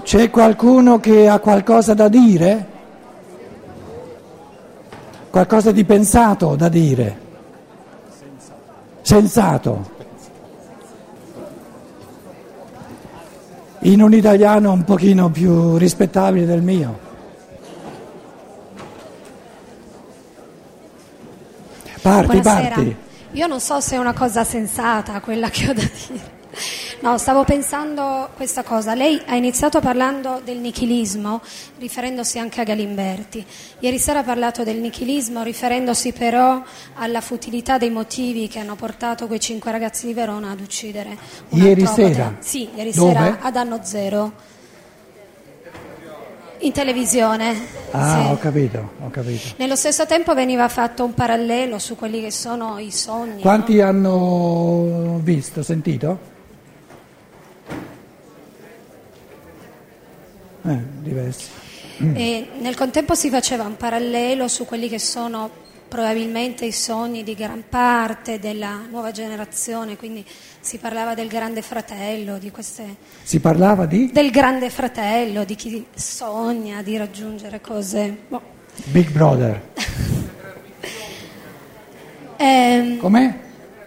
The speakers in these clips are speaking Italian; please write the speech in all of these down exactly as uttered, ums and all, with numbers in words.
C'è qualcuno che ha qualcosa da dire? Qualcosa di pensato da dire? Sensato. In un italiano un pochino più rispettabile del mio. Parti, Buonasera. parti. Io non so se è una cosa sensata quella che ho da dire. No, stavo pensando questa cosa. Lei ha iniziato parlando del nichilismo, riferendosi anche a Galimberti. Ieri sera ha parlato del nichilismo, riferendosi però alla futilità dei motivi che hanno portato quei cinque ragazzi di Verona ad uccidere un Ieri artropote. sera? Sì, ieri Dove? sera ad Anno Zero. In televisione. Ah, Sì. ho capito, ho capito. Nello stesso tempo veniva fatto un parallelo su quelli che sono i sogni. Quanti no? hanno visto, sentito? Eh, diversi. E nel contempo si faceva un parallelo su quelli che sono probabilmente i sogni di gran parte della nuova generazione, quindi si parlava del grande fratello, di queste... Si parlava di? del grande fratello, di chi sogna di raggiungere cose... Boh. Big Brother. Ehm, Com'è?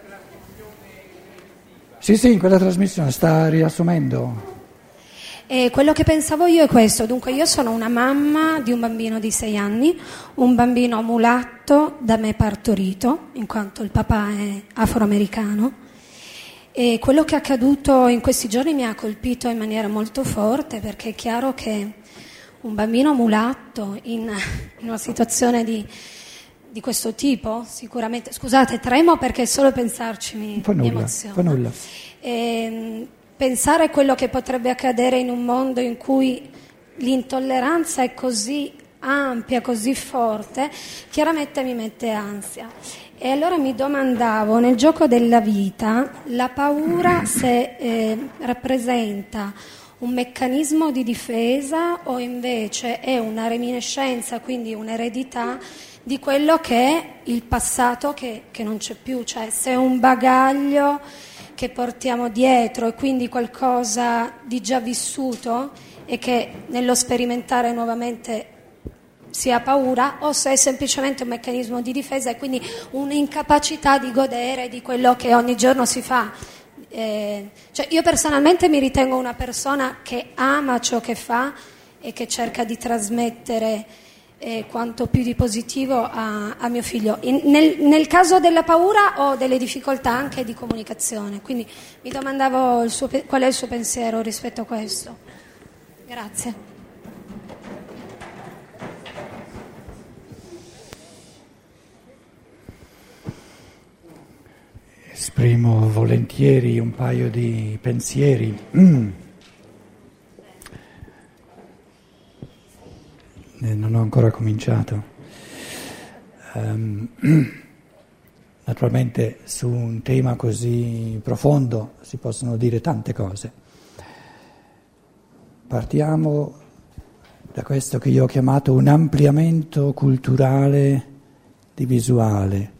Sì, sì, in quella trasmissione sta riassumendo. E quello che pensavo io è questo, dunque io sono una mamma di un bambino di sei anni, un bambino mulatto da me partorito, in quanto il papà è afroamericano, e quello che è accaduto in questi giorni mi ha colpito in maniera molto forte, perché è chiaro che un bambino mulatto in, in una situazione di, di questo tipo, sicuramente, scusate, tremo perché solo pensarci mi, Fa mi nulla, emoziona. fa nulla. E, pensare a quello che potrebbe accadere in un mondo in cui l'intolleranza è così ampia, così forte, chiaramente mi mette ansia. E allora mi domandavo, nel gioco della vita, la paura se eh, rappresenta un meccanismo di difesa o invece è una reminiscenza, quindi un'eredità di quello che è il passato che, che non c'è più, cioè se è un bagaglio che portiamo dietro e quindi qualcosa di già vissuto e che nello sperimentare nuovamente si ha paura, o se è semplicemente un meccanismo di difesa e quindi un'incapacità di godere di quello che ogni giorno si fa. Eh, cioè io personalmente mi ritengo una persona che ama ciò che fa e che cerca di trasmettere eh, quanto più di positivo a, a mio figlio. In, nel, nel caso della paura ho delle difficoltà anche di comunicazione, quindi mi domandavo il suo, qual è il suo pensiero rispetto a questo. Grazie. Esprimo volentieri un paio di pensieri. Mm. Eh, non ho ancora cominciato. Um, naturalmente su un tema così profondo si possono dire tante cose. Partiamo da questo che io ho chiamato un ampliamento culturale di visuale.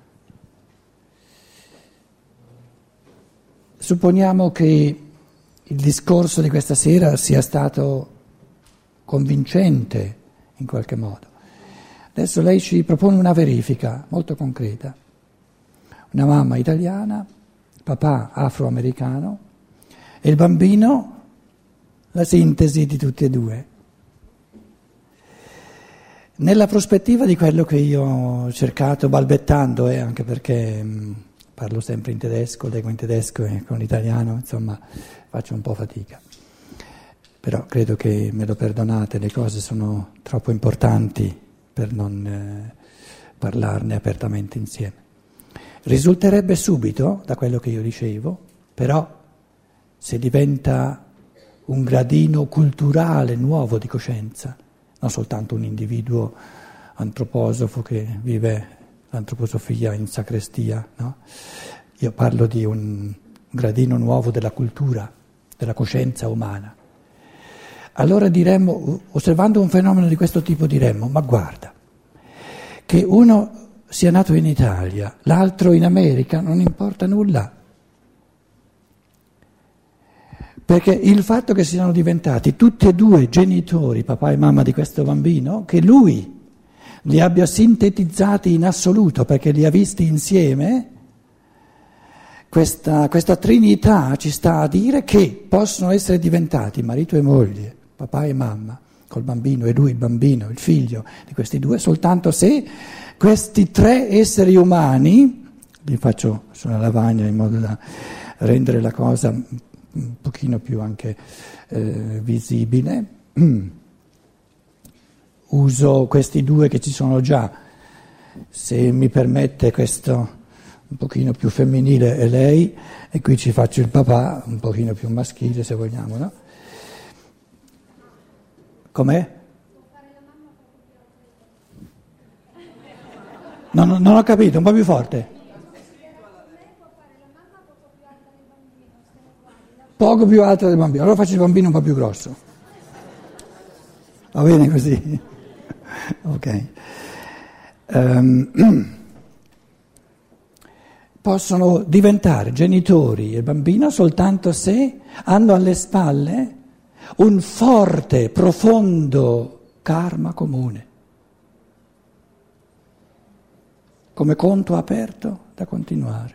Supponiamo che il discorso di questa sera sia stato convincente in qualche modo. Adesso lei ci propone una verifica molto concreta. Una mamma italiana, papà afroamericano e il bambino, la sintesi di tutti e due. Nella prospettiva di quello che io ho cercato, balbettando, eh, anche perché mh, parlo sempre in tedesco, leggo in tedesco e con l'italiano, insomma, faccio un po' fatica. Però credo che me lo perdonate, le cose sono troppo importanti per non eh, parlarne apertamente insieme. Risulterebbe subito, da quello che io dicevo, però se diventa un gradino culturale nuovo di coscienza, non soltanto un individuo antroposofo che vive l'antroposofia in sacrestia, no? Io parlo di un gradino nuovo della cultura, della coscienza umana. Allora diremmo, osservando un fenomeno di questo tipo, diremmo, ma guarda, che uno sia nato in Italia, l'altro in America, non importa nulla. Perché il fatto che siano diventati tutti e due genitori, papà e mamma di questo bambino, che lui li abbia sintetizzati in assoluto perché li ha visti insieme, questa, questa trinità ci sta a dire che possono essere diventati marito e moglie, papà e mamma, col bambino e lui il bambino, il figlio di questi due, soltanto se questi tre esseri umani, li faccio sulla lavagna in modo da rendere la cosa un pochino più anche eh, visibile, uso questi due che ci sono già, se mi permette questo un pochino più femminile è lei e qui ci faccio il papà un pochino più maschile se vogliamo, no? Com'è? No, no, non ho capito, un po' più forte. Poco più alto del bambino, allora faccio il bambino un po' più grosso. Va bene così? Ok. Um, possono diventare genitori e bambino soltanto se hanno alle spalle un forte, profondo karma comune, come conto aperto da continuare.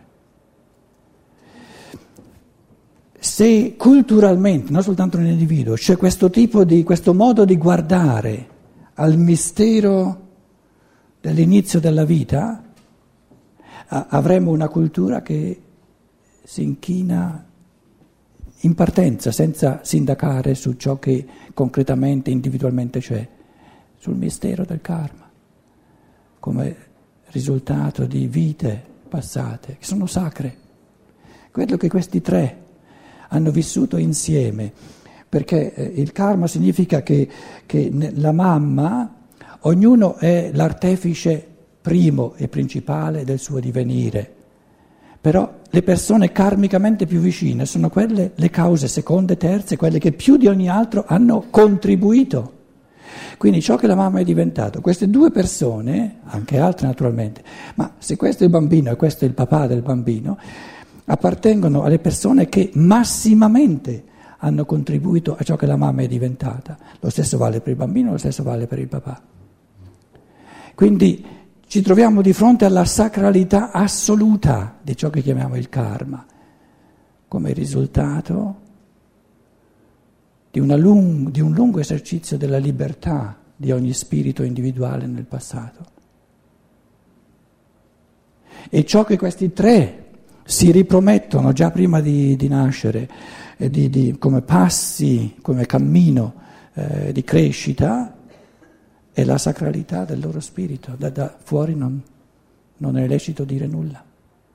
Se culturalmente, non soltanto nell'individuo, c'è questo tipo di, questo modo di guardare al mistero dell'inizio della vita, avremo una cultura che si inchina in partenza, senza sindacare su ciò che concretamente, individualmente c'è, sul mistero del karma, come risultato di vite passate, che sono sacre. Quello che questi tre hanno vissuto insieme, perché eh, il karma significa che, che la mamma, ognuno è l'artefice primo e principale del suo divenire, però le persone karmicamente più vicine sono quelle, le cause seconde, terze, quelle che più di ogni altro hanno contribuito. Quindi ciò che la mamma è diventato, queste due persone, anche altre naturalmente, ma se questo è il bambino e questo è il papà del bambino, appartengono alle persone che massimamente hanno contribuito a ciò che la mamma è diventata. Lo stesso vale per il bambino, lo stesso vale per il papà. Quindi ci troviamo di fronte alla sacralità assoluta di ciò che chiamiamo il karma, come risultato di, una lung- di un lungo esercizio della libertà di ogni spirito individuale nel passato. E ciò che questi tre si ripromettono già prima di, di nascere, eh, di, di, come passi, come cammino eh, di crescita, è la sacralità del loro spirito. Da, da fuori non, non è lecito dire nulla.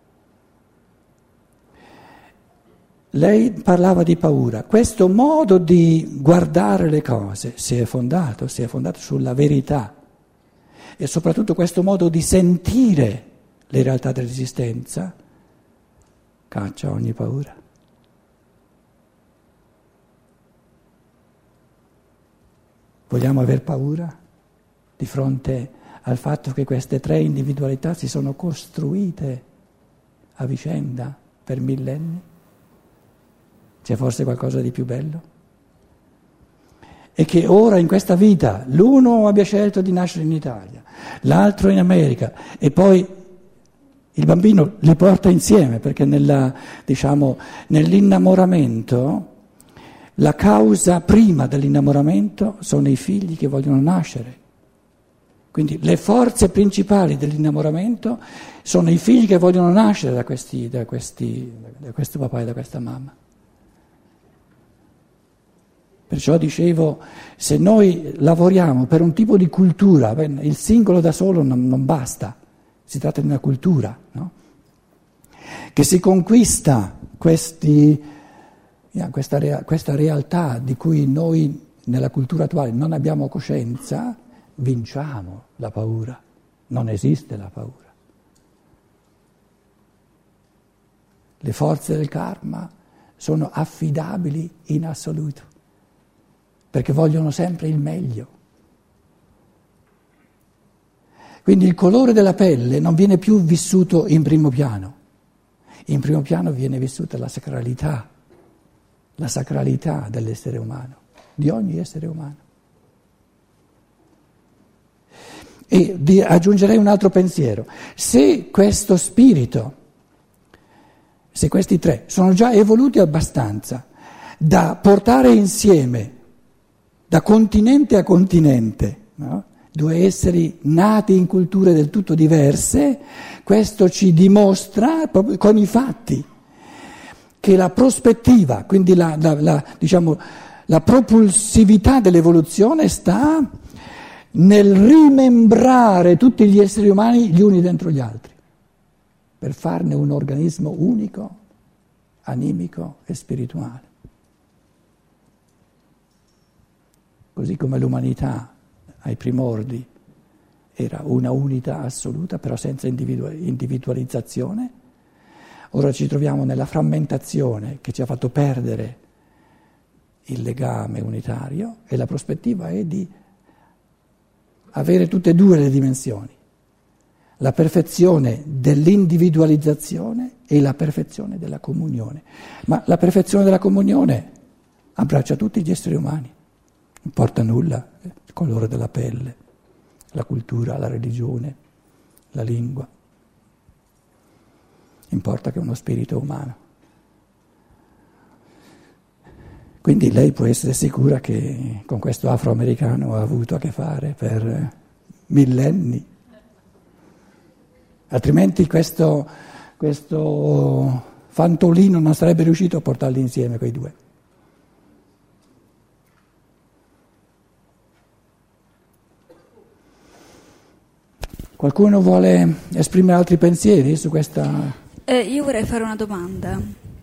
Lei parlava di paura. Questo modo di guardare le cose si è fondato, si è fondato sulla verità, e soprattutto questo modo di sentire le realtà dell'esistenza caccia ogni paura. Vogliamo aver paura di fronte al fatto che queste tre individualità si sono costruite a vicenda per millenni? C'è forse qualcosa di più bello? E che ora in questa vita l'uno abbia scelto di nascere in Italia, l'altro in America, e poi il bambino li porta insieme, perché nella, diciamo, nell'innamoramento la causa prima dell'innamoramento sono i figli che vogliono nascere. Quindi le forze principali dell'innamoramento sono i figli che vogliono nascere da, questi, da, questi, da questo papà e da questa mamma. Perciò dicevo, se noi lavoriamo per un tipo di cultura, il singolo da solo non, non basta. Si tratta di una cultura, no? Che si conquista questi, questa, rea, questa realtà di cui noi nella cultura attuale non abbiamo coscienza, vinciamo la paura. Non esiste la paura. Le forze del karma sono affidabili in assoluto, perché vogliono sempre il meglio. Quindi il colore della pelle non viene più vissuto in primo piano, in primo piano viene vissuta la sacralità la sacralità dell'essere umano, di ogni essere umano. E di, aggiungerei un altro pensiero: se questo spirito, se questi tre sono già evoluti abbastanza da portare insieme, da continente a continente, no? Due esseri nati in culture del tutto diverse, questo ci dimostra proprio con i fatti che la prospettiva, quindi la, la, la, diciamo, la propulsività dell'evoluzione sta nel rimembrare tutti gli esseri umani gli uni dentro gli altri, per farne un organismo unico, animico e spirituale. Così come l'umanità ai primordi era una unità assoluta, però senza individualizzazione, ora ci troviamo nella frammentazione che ci ha fatto perdere il legame unitario, e la prospettiva è di avere tutte e due le dimensioni, la perfezione dell'individualizzazione e la perfezione della comunione. Ma la perfezione della comunione abbraccia tutti gli esseri umani, non importa nulla il colore della pelle, la cultura, la religione, la lingua, importa che è uno spirito umano. Quindi lei può essere sicura che con questo afroamericano ha avuto a che fare per millenni. Altrimenti questo, questo fantolino non sarebbe riuscito a portarli insieme, quei due. Qualcuno vuole esprimere altri pensieri su questa? Eh, io vorrei fare una domanda.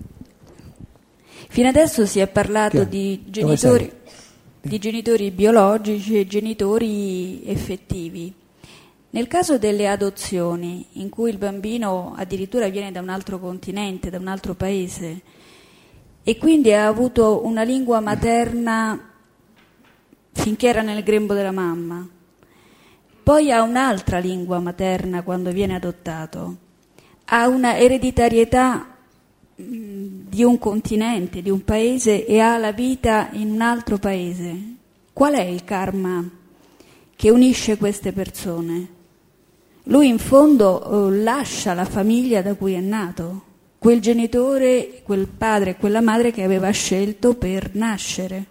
Fino adesso si è parlato Che? di genitori, di genitori biologici e genitori effettivi. Nel caso delle adozioni, in cui il bambino addirittura viene da un altro continente, da un altro paese, e quindi ha avuto una lingua materna finché era nel grembo della mamma, poi ha un'altra lingua materna quando viene adottato, ha una ereditarietà di un continente, di un paese, e ha la vita in un altro paese. Qual è il karma che unisce queste persone? Lui in fondo eh, lascia la famiglia da cui è nato, quel genitore, quel padre e quella madre che aveva scelto per nascere,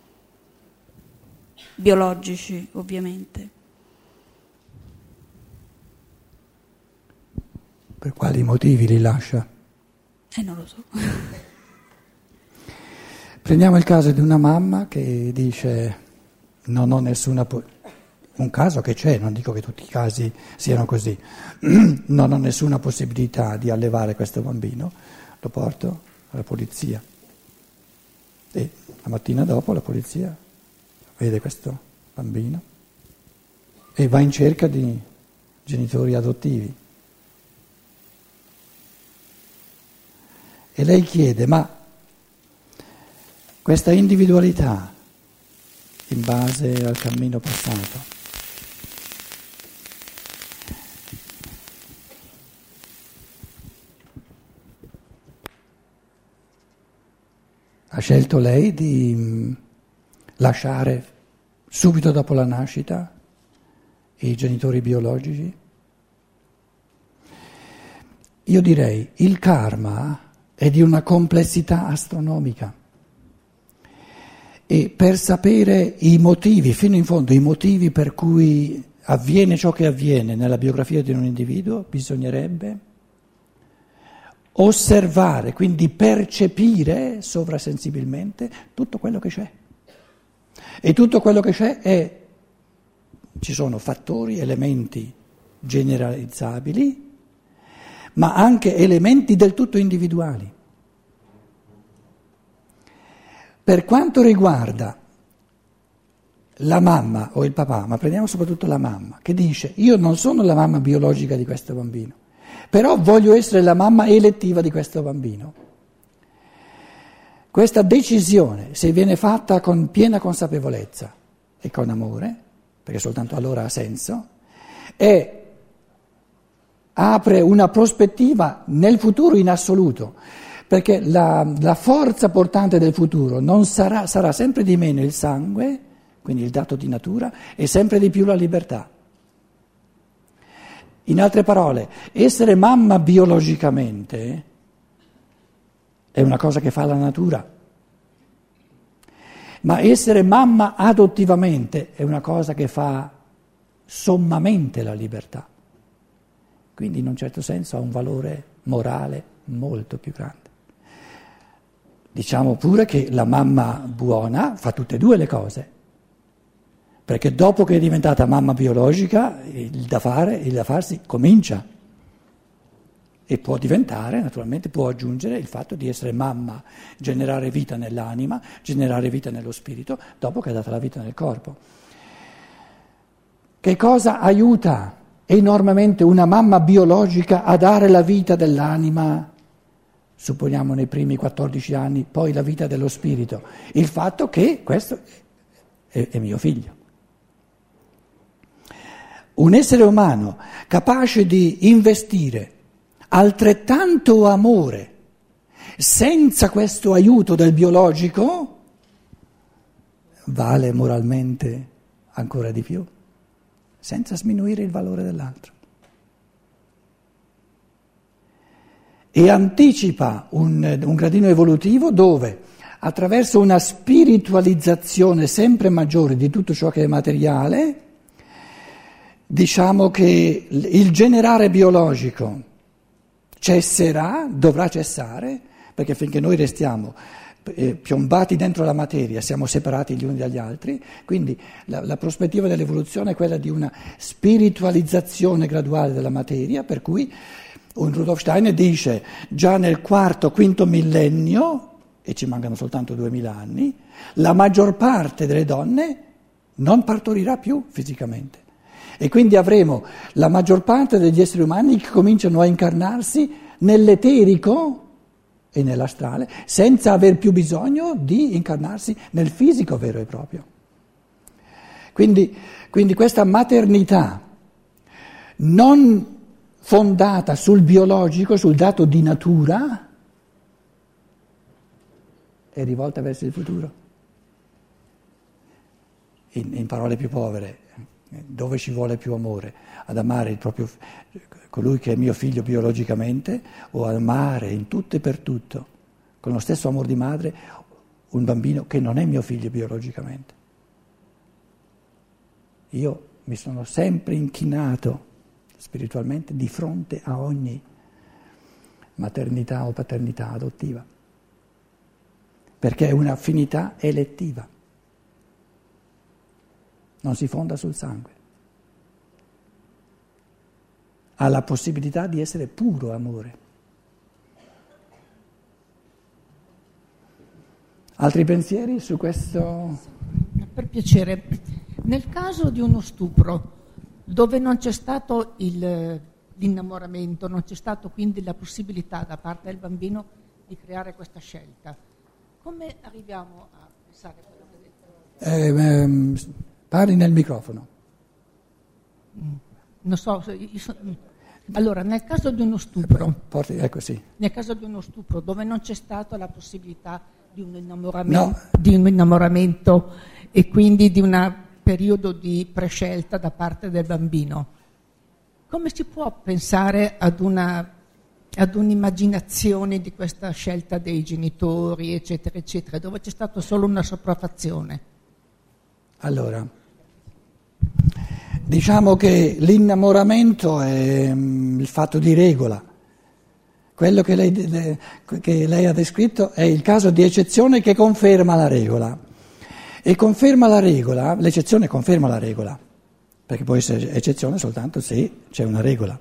biologici ovviamente. Per quali motivi li lascia? Eh, non lo so. Prendiamo il caso di una mamma che dice non ho nessuna po- un caso che c'è, non dico che tutti i casi siano così, non ho nessuna possibilità di allevare questo bambino, lo porto alla polizia e la mattina dopo la polizia vede questo bambino e va in cerca di genitori adottivi. E lei chiede, ma questa individualità in base al cammino passato, ha scelto lei di lasciare subito dopo la nascita i genitori biologici? Io direi, il karma è di una complessità astronomica e per sapere i motivi, fino in fondo i motivi per cui avviene ciò che avviene nella biografia di un individuo, bisognerebbe osservare, quindi percepire sovrasensibilmente tutto quello che c'è. E tutto quello che c'è è, ci sono fattori, elementi generalizzabili, ma anche elementi del tutto individuali. Per quanto riguarda la mamma o il papà, ma prendiamo soprattutto la mamma, che dice io non sono la mamma biologica di questo bambino, però voglio essere la mamma elettiva di questo bambino. Questa decisione, se viene fatta con piena consapevolezza e con amore, perché soltanto allora ha senso, è apre una prospettiva nel futuro in assoluto, perché la, la forza portante del futuro non sarà, sarà sempre di meno il sangue, quindi il dato di natura, e sempre di più la libertà. In altre parole, essere mamma biologicamente è una cosa che fa la natura, ma essere mamma adottivamente è una cosa che fa sommamente la libertà. Quindi in un certo senso ha un valore morale molto più grande. Diciamo pure che la mamma buona fa tutte e due le cose, perché dopo che è diventata mamma biologica il da fare, il da farsi comincia e può diventare, naturalmente può aggiungere il fatto di essere mamma, generare vita nell'anima, generare vita nello spirito, dopo che ha dato la vita nel corpo. Che cosa aiuta enormemente una mamma biologica a dare la vita dell'anima, supponiamo nei primi quattordici anni, poi la vita dello spirito? Il fatto che questo è, è mio figlio. Un essere umano capace di investire altrettanto amore senza questo aiuto del biologico vale moralmente ancora di più, senza sminuire il valore dell'altro. E anticipa un, un gradino evolutivo dove, attraverso una spiritualizzazione sempre maggiore di tutto ciò che è materiale, diciamo che il generare biologico cesserà, dovrà cessare, perché finché noi restiamo eh, piombati dentro la materia, siamo separati gli uni dagli altri, quindi la, la prospettiva dell'evoluzione è quella di una spiritualizzazione graduale della materia, per cui un Rudolf Steiner dice già nel quarto, quinto millennio, e ci mancano soltanto duemila anni, la maggior parte delle donne non partorirà più fisicamente. E quindi avremo la maggior parte degli esseri umani che cominciano a incarnarsi nell'eterico e nell'astrale, senza aver più bisogno di incarnarsi nel fisico vero e proprio. Quindi, quindi questa maternità non fondata sul biologico, sul dato di natura, è rivolta verso il futuro. In, in parole più povere, dove ci vuole più amore? Ad amare il proprio, colui che è mio figlio biologicamente, o ad amare in tutto e per tutto, con lo stesso amor di madre, un bambino che non è mio figlio biologicamente. Io mi sono sempre inchinato spiritualmente di fronte a ogni maternità o paternità adottiva, perché è un'affinità elettiva. Non si fonda sul sangue, ha la possibilità di essere puro amore. Altri pensieri su questo? Per piacere, nel caso di uno stupro, dove non c'è stato il, l'innamoramento, non c'è stato quindi la possibilità da parte del bambino di creare questa scelta, come arriviamo a pensare a quello che ha detto? Eh, ehm, Parli nel microfono. Non so, io so, allora nel caso di uno stupro, Porti, ecco sì. nel caso di uno stupro dove non c'è stata la possibilità di un innamoramento, no. di un innamoramento e quindi di un periodo di prescelta da parte del bambino, come si può pensare ad una ad un'immaginazione di questa scelta dei genitori, eccetera, eccetera, dove c'è stata solo una sopraffazione? Allora, diciamo che l'innamoramento è um, il fatto di regola. Quello che lei, le, che lei ha descritto è il caso di eccezione che conferma la regola. E conferma la regola, l'eccezione conferma la regola, perché può essere eccezione soltanto se c'è una regola.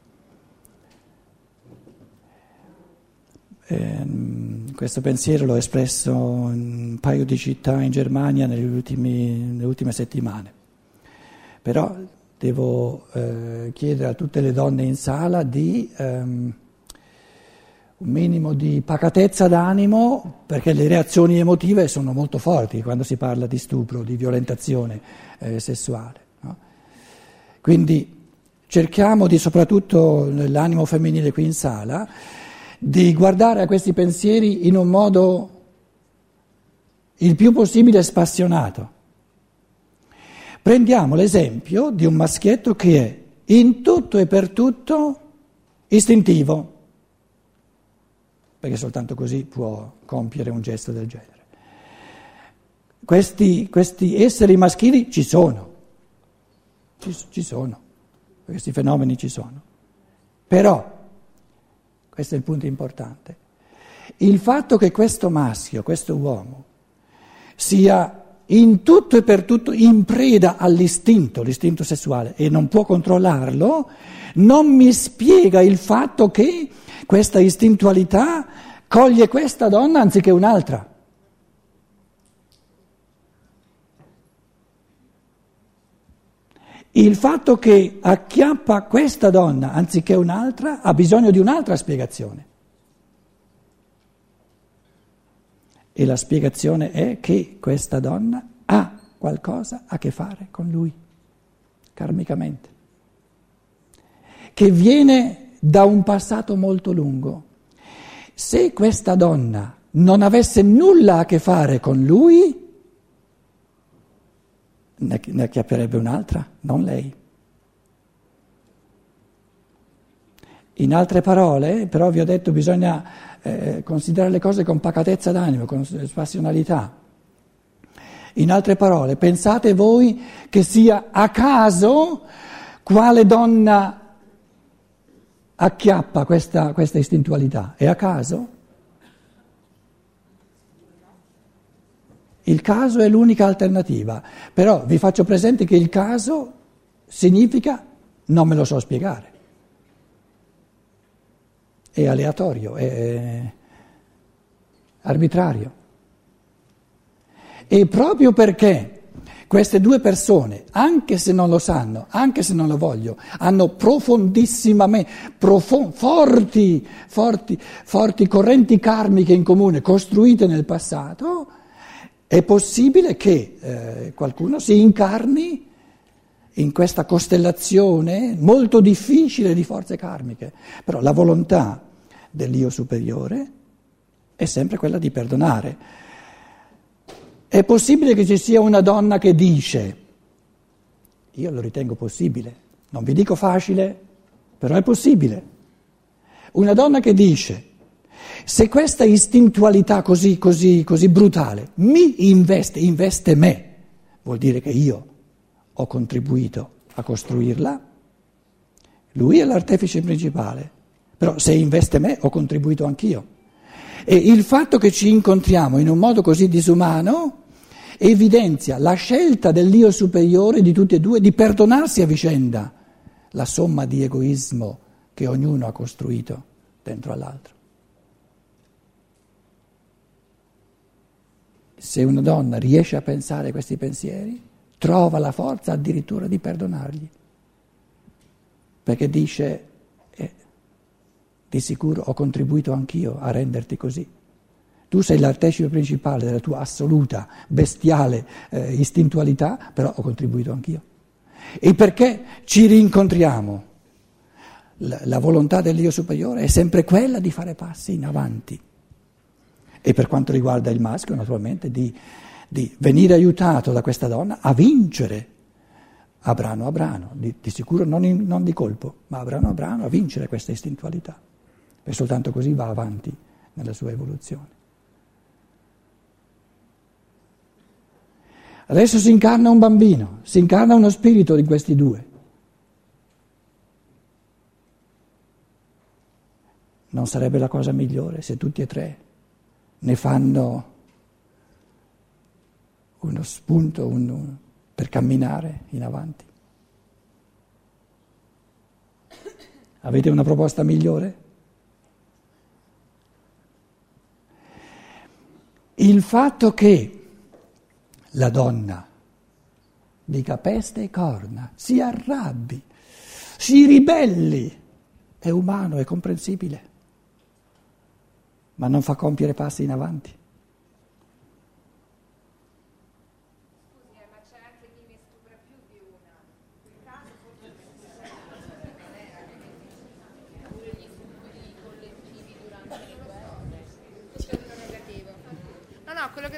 Eh, questo pensiero l'ho espresso in un paio di città in Germania negli ultimi, nelle ultime settimane. Però devo eh, chiedere a tutte le donne in sala di ehm, un minimo di pacatezza d'animo, perché le reazioni emotive sono molto forti quando si parla di stupro, di violentazione eh, sessuale, no? Quindi cerchiamo di, soprattutto nell'animo femminile qui in sala, di guardare a questi pensieri in un modo il più possibile spassionato. Prendiamo l'esempio di un maschietto che è in tutto e per tutto istintivo, perché soltanto così può compiere un gesto del genere. Questi, questi esseri maschili ci sono, ci, ci sono, questi fenomeni ci sono. Però, questo è il punto importante, il fatto che questo maschio, questo uomo, sia in tutto e per tutto in preda all'istinto, l'istinto sessuale, e non può controllarlo, non mi spiega il fatto che questa istintualità coglie questa donna anziché un'altra. Il fatto che acchiappa questa donna anziché un'altra ha bisogno di un'altra spiegazione. E la spiegazione è che questa donna ha qualcosa a che fare con lui, karmicamente, che viene da un passato molto lungo. Se questa donna non avesse nulla a che fare con lui, ne, ne acchiapperebbe un'altra, non lei. In altre parole, però vi ho detto, bisogna eh, considerare le cose con pacatezza d'animo, con spassionalità. In altre parole, pensate voi che sia a caso quale donna acchiappa questa, questa istintualità? È a caso? Il caso è l'unica alternativa, però vi faccio presente che il caso significa non me lo so spiegare. È aleatorio, è arbitrario. E proprio perché queste due persone, anche se non lo sanno, anche se non lo voglio, hanno profondissimamente, profond, forti, forti, forti correnti karmiche in comune costruite nel passato, è possibile che eh, qualcuno si incarni in questa costellazione molto difficile di forze karmiche. Però la volontà dell'io superiore è sempre quella di perdonare. È possibile che ci sia una donna che dice, io lo ritengo possibile, non vi dico facile, però è possibile. Una donna che dice, se questa istintualità così, così, così brutale mi investe, investe me, vuol dire che io ho contribuito a costruirla, lui è l'artefice principale, però se investe me ho contribuito anch'io. E il fatto che ci incontriamo in un modo così disumano evidenzia la scelta dell'io superiore di tutti e due di perdonarsi a vicenda, la somma di egoismo che ognuno ha costruito dentro all'altro. Se una donna riesce a pensare questi pensieri, trova la forza addirittura di perdonargli, perché dice, eh, di sicuro ho contribuito anch'io a renderti così. Tu sei l'artefice principale della tua assoluta, bestiale eh, istintualità, però ho contribuito anch'io. E perché ci rincontriamo? La, la volontà dell'io superiore è sempre quella di fare passi in avanti. E per quanto riguarda il maschio, naturalmente, di, di venire aiutato da questa donna a vincere, a brano a brano, di, di sicuro non, in, non di colpo, ma a brano a brano a vincere questa istintualità. E soltanto così va avanti nella sua evoluzione. Adesso si incarna un bambino, si incarna uno spirito di questi due. Non sarebbe la cosa migliore se tutti e tre ne fanno uno spunto un, un, per camminare in avanti? Avete una proposta migliore? Il fatto che la donna dica peste e corna, si arrabbi, si ribelli, è umano, è comprensibile, ma non fa compiere passi in avanti. Scusi, ma c'è anche chi ne stupra più di una. In caso forse pure gli stupri collettivi durante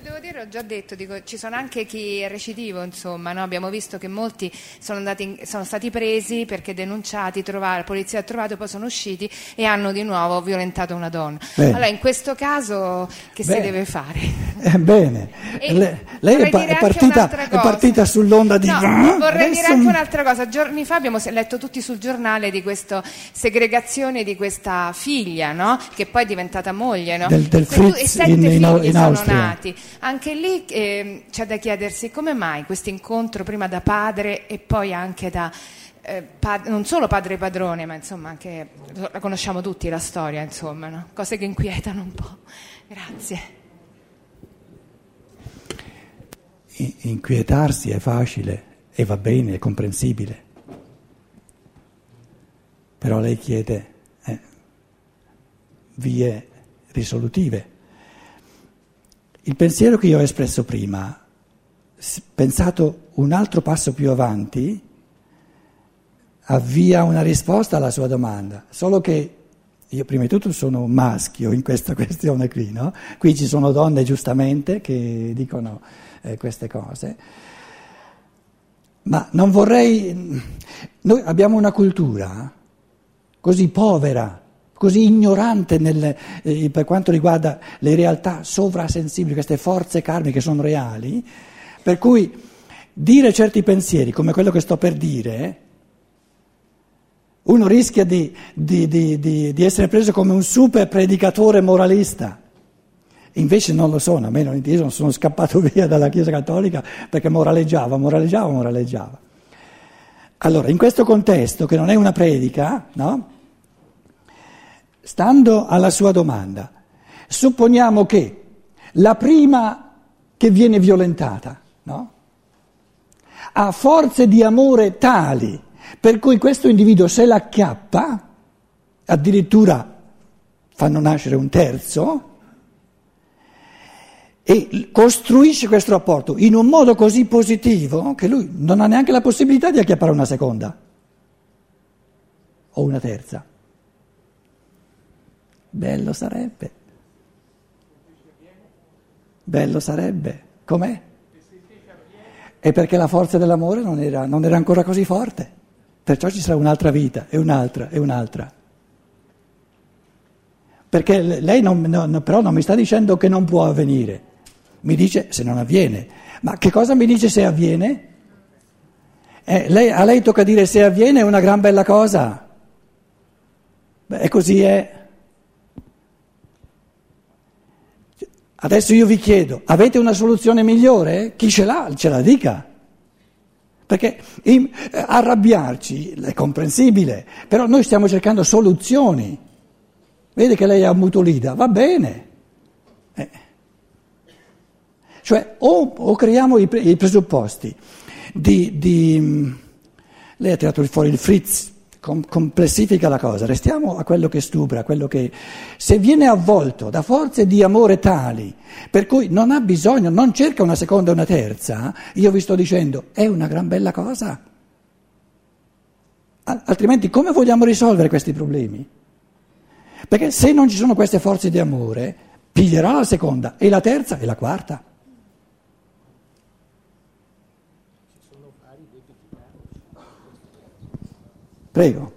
devo dire, ho già detto, dico, ci sono anche chi è recidivo, insomma, no? Abbiamo visto che molti sono, andati in, sono stati presi perché denunciati, trovare, la polizia ha trovato, poi sono usciti e hanno di nuovo violentato una donna. Bene. Allora, in questo caso che Bene. si deve fare? Eh, bene, E Le, lei è, pa- è, partita, è partita sull'onda di... No, Ah, vorrei adesso... dire anche un'altra cosa. Giorni fa abbiamo letto tutti sul giornale di questa segregazione di questa figlia, no? Che poi è diventata moglie, no? Del, del Se tu- Fritz e sette in, in, figli in sono Austria. nati. Anche lì eh, c'è da chiedersi come mai questo incontro prima da padre e poi anche da eh, pad- non solo padre e padrone, ma insomma anche la conosciamo tutti la storia, insomma, no? Cose che inquietano un po'. Grazie. Inquietarsi è facile e va bene, è comprensibile. Però lei chiede eh, vie risolutive. Il pensiero che io ho espresso prima, pensato un altro passo più avanti, avvia una risposta alla sua domanda, solo che io prima di tutto sono un maschio in questa questione qui, no? Qui ci sono donne giustamente che dicono eh, queste cose, ma non vorrei... Noi abbiamo una cultura così povera, così ignorante nel, eh, per quanto riguarda le realtà sovrasensibili, queste forze karmiche che sono reali, per cui dire certi pensieri come quello che sto per dire... Uno rischia di, di, di, di, di essere preso come un super predicatore moralista, invece non lo sono, a me non io sono scappato via dalla Chiesa Cattolica perché moraleggiava, moraleggiava, moraleggiava. Allora, in questo contesto, che non è una predica, no? Stando alla sua domanda, supponiamo che la prima che viene violentata, no? Ha forze di amore tali per cui questo individuo se la acchiappa, addirittura fanno nascere un terzo, e costruisce questo rapporto in un modo così positivo che lui non ha neanche la possibilità di acchiappare una seconda o una terza. Bello sarebbe. Bello sarebbe. Com'è? È perché la forza dell'amore non era, non era ancora così forte. Perciò ci sarà un'altra vita, e un'altra, e un'altra. Perché lei non, non, però non mi sta dicendo che non può avvenire, mi dice se non avviene. Ma che cosa mi dice se avviene? Eh, lei, a lei tocca dire se avviene è una gran bella cosa. Beh, e così è. Adesso io vi chiedo, avete una soluzione migliore? Chi ce l'ha? Ce la dica. Perché in, eh, arrabbiarci è comprensibile, però noi stiamo cercando soluzioni. Vede che lei è ammutolita, va bene. Eh. Cioè o, o creiamo i, i presupposti di, di... Lei ha tirato fuori il Fritz, com, complessifica la cosa, restiamo a quello che stupra, a quello che... Se viene avvolto da forze di amore tali, per cui non ha bisogno, non cerca una seconda e una terza, io vi sto dicendo, è una gran bella cosa. Altrimenti come vogliamo risolvere questi problemi? Perché se non ci sono queste forze di amore, piglierà la seconda e la terza e la quarta. Prego.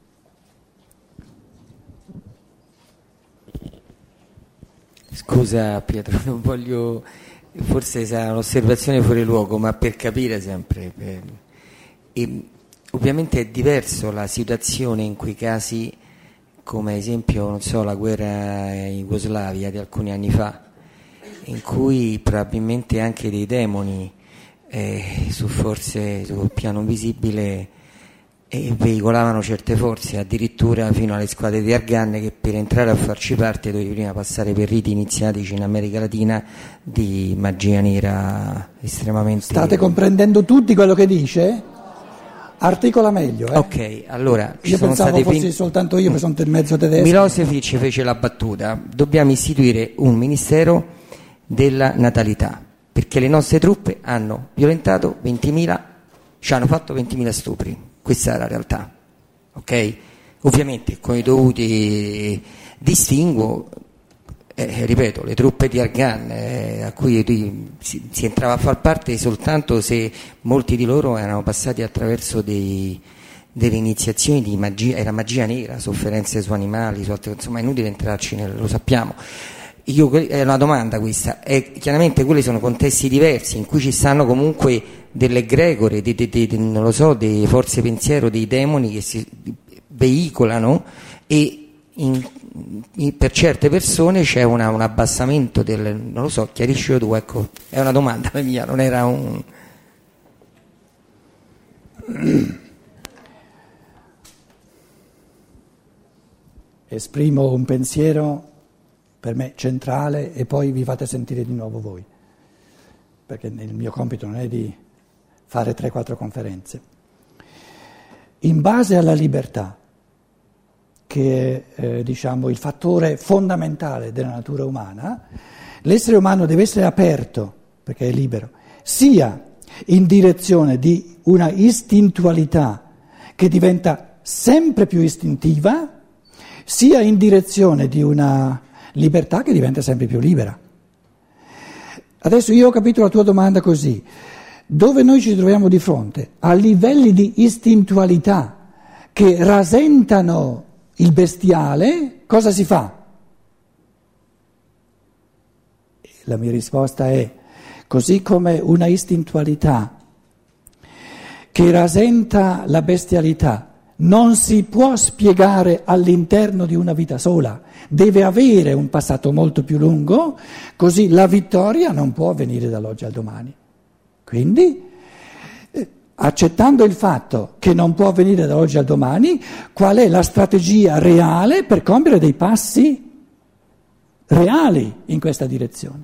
Scusa Pietro, non voglio, forse sarà un'osservazione fuori luogo, ma per capire sempre. Per... E, ovviamente è diverso la situazione in quei casi, come ad esempio, non so, la guerra in Jugoslavia di alcuni anni fa, in cui probabilmente anche dei demoni eh, su forze, sul piano visibile, e veicolavano certe forze, addirittura fino alle squadre di Argan che per entrare a farci parte dovevi prima passare per riti iniziatici in America Latina di magia nera estremamente... State comprendendo tutti quello che dice? Articola meglio, eh? Ok, allora ci io sono pensavo state fossi prim... soltanto io che sono del mezzo tedesco. Milosevic fece la battuta: dobbiamo istituire un ministero della natalità perché le nostre truppe hanno violentato ventimila, ci hanno fatto ventimila stupri. Questa è la realtà, ok? Ovviamente con i dovuti distinguo, Eh, ripeto, le truppe di Argan, eh, a cui ri, si, si entrava a far parte soltanto se molti di loro erano passati attraverso dei, delle iniziazioni di magia, era magia nera, sofferenze su animali, su altre, insomma è inutile entrarci, nel, lo sappiamo. Io, è una domanda questa, e chiaramente quelli sono contesti diversi in cui ci stanno comunque delle egregore, de, de, de, de, non lo so, delle forze pensiero, dei demoni che si veicolano e in, in, per certe persone c'è una, un abbassamento del, non lo so, chiarisci tu, ecco, è una domanda la mia, non era un... Esprimo un pensiero per me centrale e poi vi fate sentire di nuovo voi, perché il mio compito non è di fare tre quattro conferenze. In base alla libertà, che è eh, diciamo il fattore fondamentale della natura umana, l'essere umano deve essere aperto, perché è libero, sia in direzione di una istintualità che diventa sempre più istintiva, sia in direzione di una libertà che diventa sempre più libera. Adesso io ho capito la tua domanda così: dove noi ci troviamo di fronte a livelli di istintualità che rasentano il bestiale, cosa si fa? La mia risposta è: così come una istintualità che rasenta la bestialità non si può spiegare all'interno di una vita sola, deve avere un passato molto più lungo, così la vittoria non può avvenire dall'oggi al domani. Quindi, eh, accettando il fatto che non può avvenire dall'oggi al domani, qual è la strategia reale per compiere dei passi reali in questa direzione?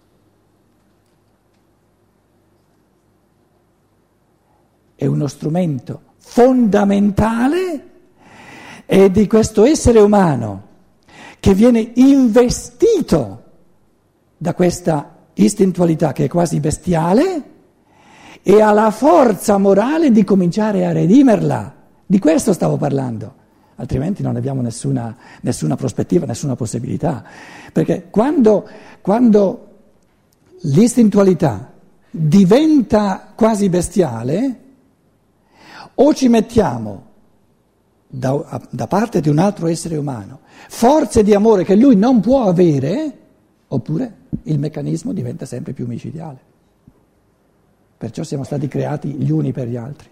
È uno strumento fondamentale, è di questo essere umano che viene investito da questa istintualità che è quasi bestiale e ha la forza morale di cominciare a redimerla. Di questo stavo parlando, altrimenti non abbiamo nessuna, nessuna prospettiva, nessuna possibilità, perché quando, quando l'istintualità diventa quasi bestiale, o ci mettiamo da, da parte di un altro essere umano forze di amore che lui non può avere, oppure il meccanismo diventa sempre più micidiale. Perciò siamo stati creati gli uni per gli altri.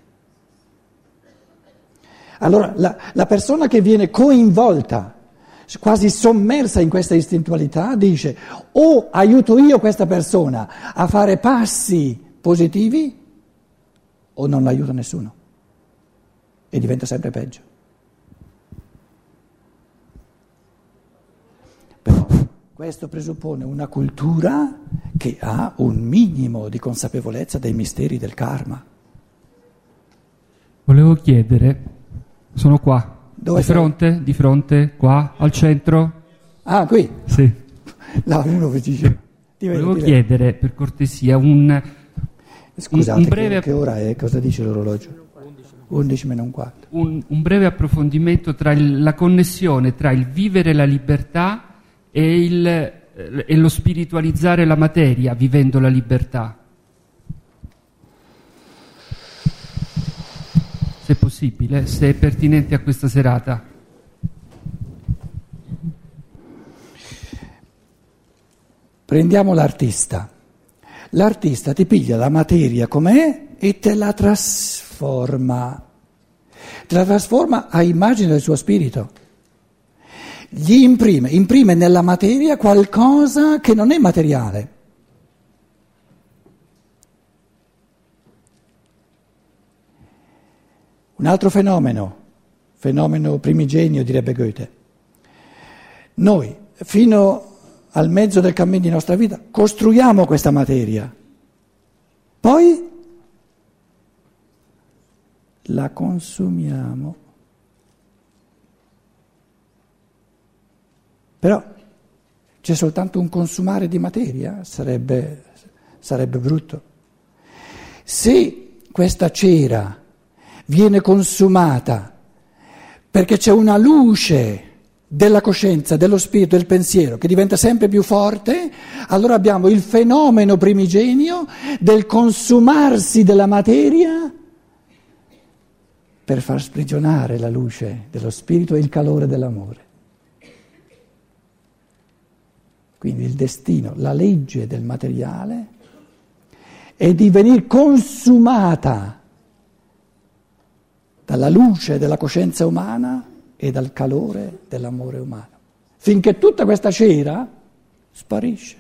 Allora la, la persona che viene coinvolta, quasi sommersa in questa istintualità, dice: o aiuto io questa persona a fare passi positivi o non aiuto nessuno. E diventa sempre peggio. Però questo presuppone una cultura che ha un minimo di consapevolezza dei misteri del karma. Volevo chiedere, sono qua, dove di sei? fronte, di fronte, qua, al centro. Ah, qui? Sì. Là uno vi dice. Ti vedo, Volevo ti chiedere, vedo. Per cortesia, un... Scusate, un breve... che, che ora è? Cosa dice l'orologio? undici meno un quarto. Un, un breve approfondimento tra il, la connessione tra il vivere la libertà e, il, e lo spiritualizzare la materia vivendo la libertà. Se è possibile, se è pertinente a questa serata. Prendiamo l'artista. L'artista ti piglia la materia com'è e te la trasforma. Te la trasforma a immagine del suo spirito. Gli imprime, imprime nella materia qualcosa che non è materiale. Un altro fenomeno, fenomeno primigenio direbbe Goethe. Noi, fino al mezzo del cammino di nostra vita, costruiamo questa materia, poi la consumiamo. Però c'è soltanto un consumare di materia, sarebbe, sarebbe brutto. Se questa cera viene consumata perché c'è una luce della coscienza, dello spirito, del pensiero, che diventa sempre più forte, allora abbiamo il fenomeno primigenio del consumarsi della materia per far sprigionare la luce dello spirito e il calore dell'amore. Quindi il destino, la legge del materiale è di venir consumata dalla luce della coscienza umana e dal calore dell'amore umano, finché tutta questa cera sparisce.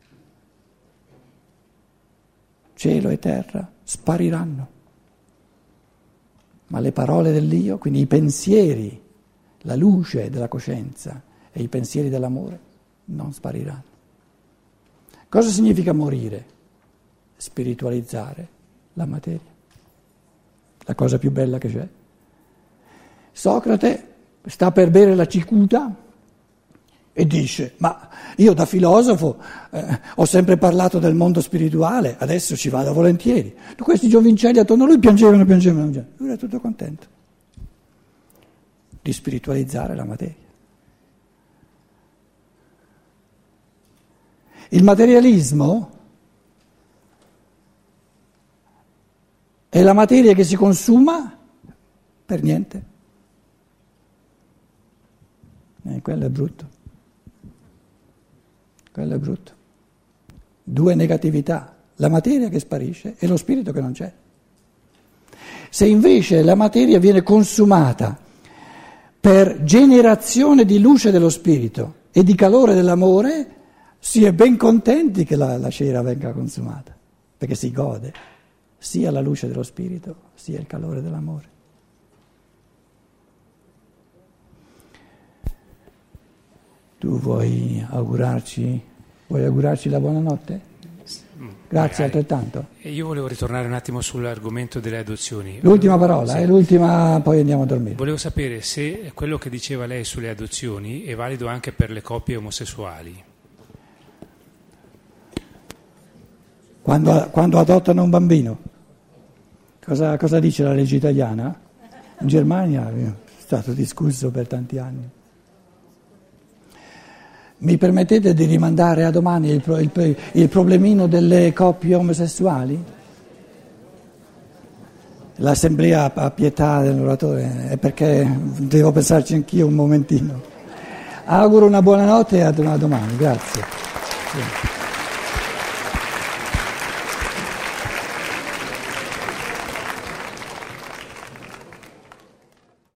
Cielo e terra spariranno, ma le parole dell'Io, quindi i pensieri, la luce della coscienza e i pensieri dell'amore non spariranno. Cosa significa morire? Spiritualizzare la materia, la cosa più bella che c'è. Socrate sta per bere la cicuta e dice: ma io da filosofo eh, ho sempre parlato del mondo spirituale, adesso ci vado volentieri. Questi giovincelli attorno a lui piangevano, piangevano, piangevano. Lui era tutto contento di spiritualizzare la materia. Il materialismo è la materia che si consuma per niente. Eh, quello è brutto. Quello è brutto. Due negatività, la materia che sparisce e lo spirito che non c'è. Se invece la materia viene consumata per generazione di luce dello spirito e di calore dell'amore, si è ben contenti che la, la cera venga consumata, perché si gode sia la luce dello spirito sia il calore dell'amore. Tu vuoi augurarci, vuoi augurarci la buonanotte? Grazie, magari. Altrettanto. E io volevo ritornare un attimo sull'argomento delle adozioni. L'ultima parola, sì. è l'ultima, poi andiamo a dormire. Volevo sapere se quello che diceva lei sulle adozioni è valido anche per le coppie omosessuali. Quando, quando adottano un bambino, cosa, cosa dice la legge italiana? In Germania è stato discusso per tanti anni. Mi permettete di rimandare a domani il, il, il problemino delle coppie omosessuali? L'assemblea ha pietà dell'oratore, è perché devo pensarci anch'io un momentino. Auguro una buona notte e a domani, grazie. Sì.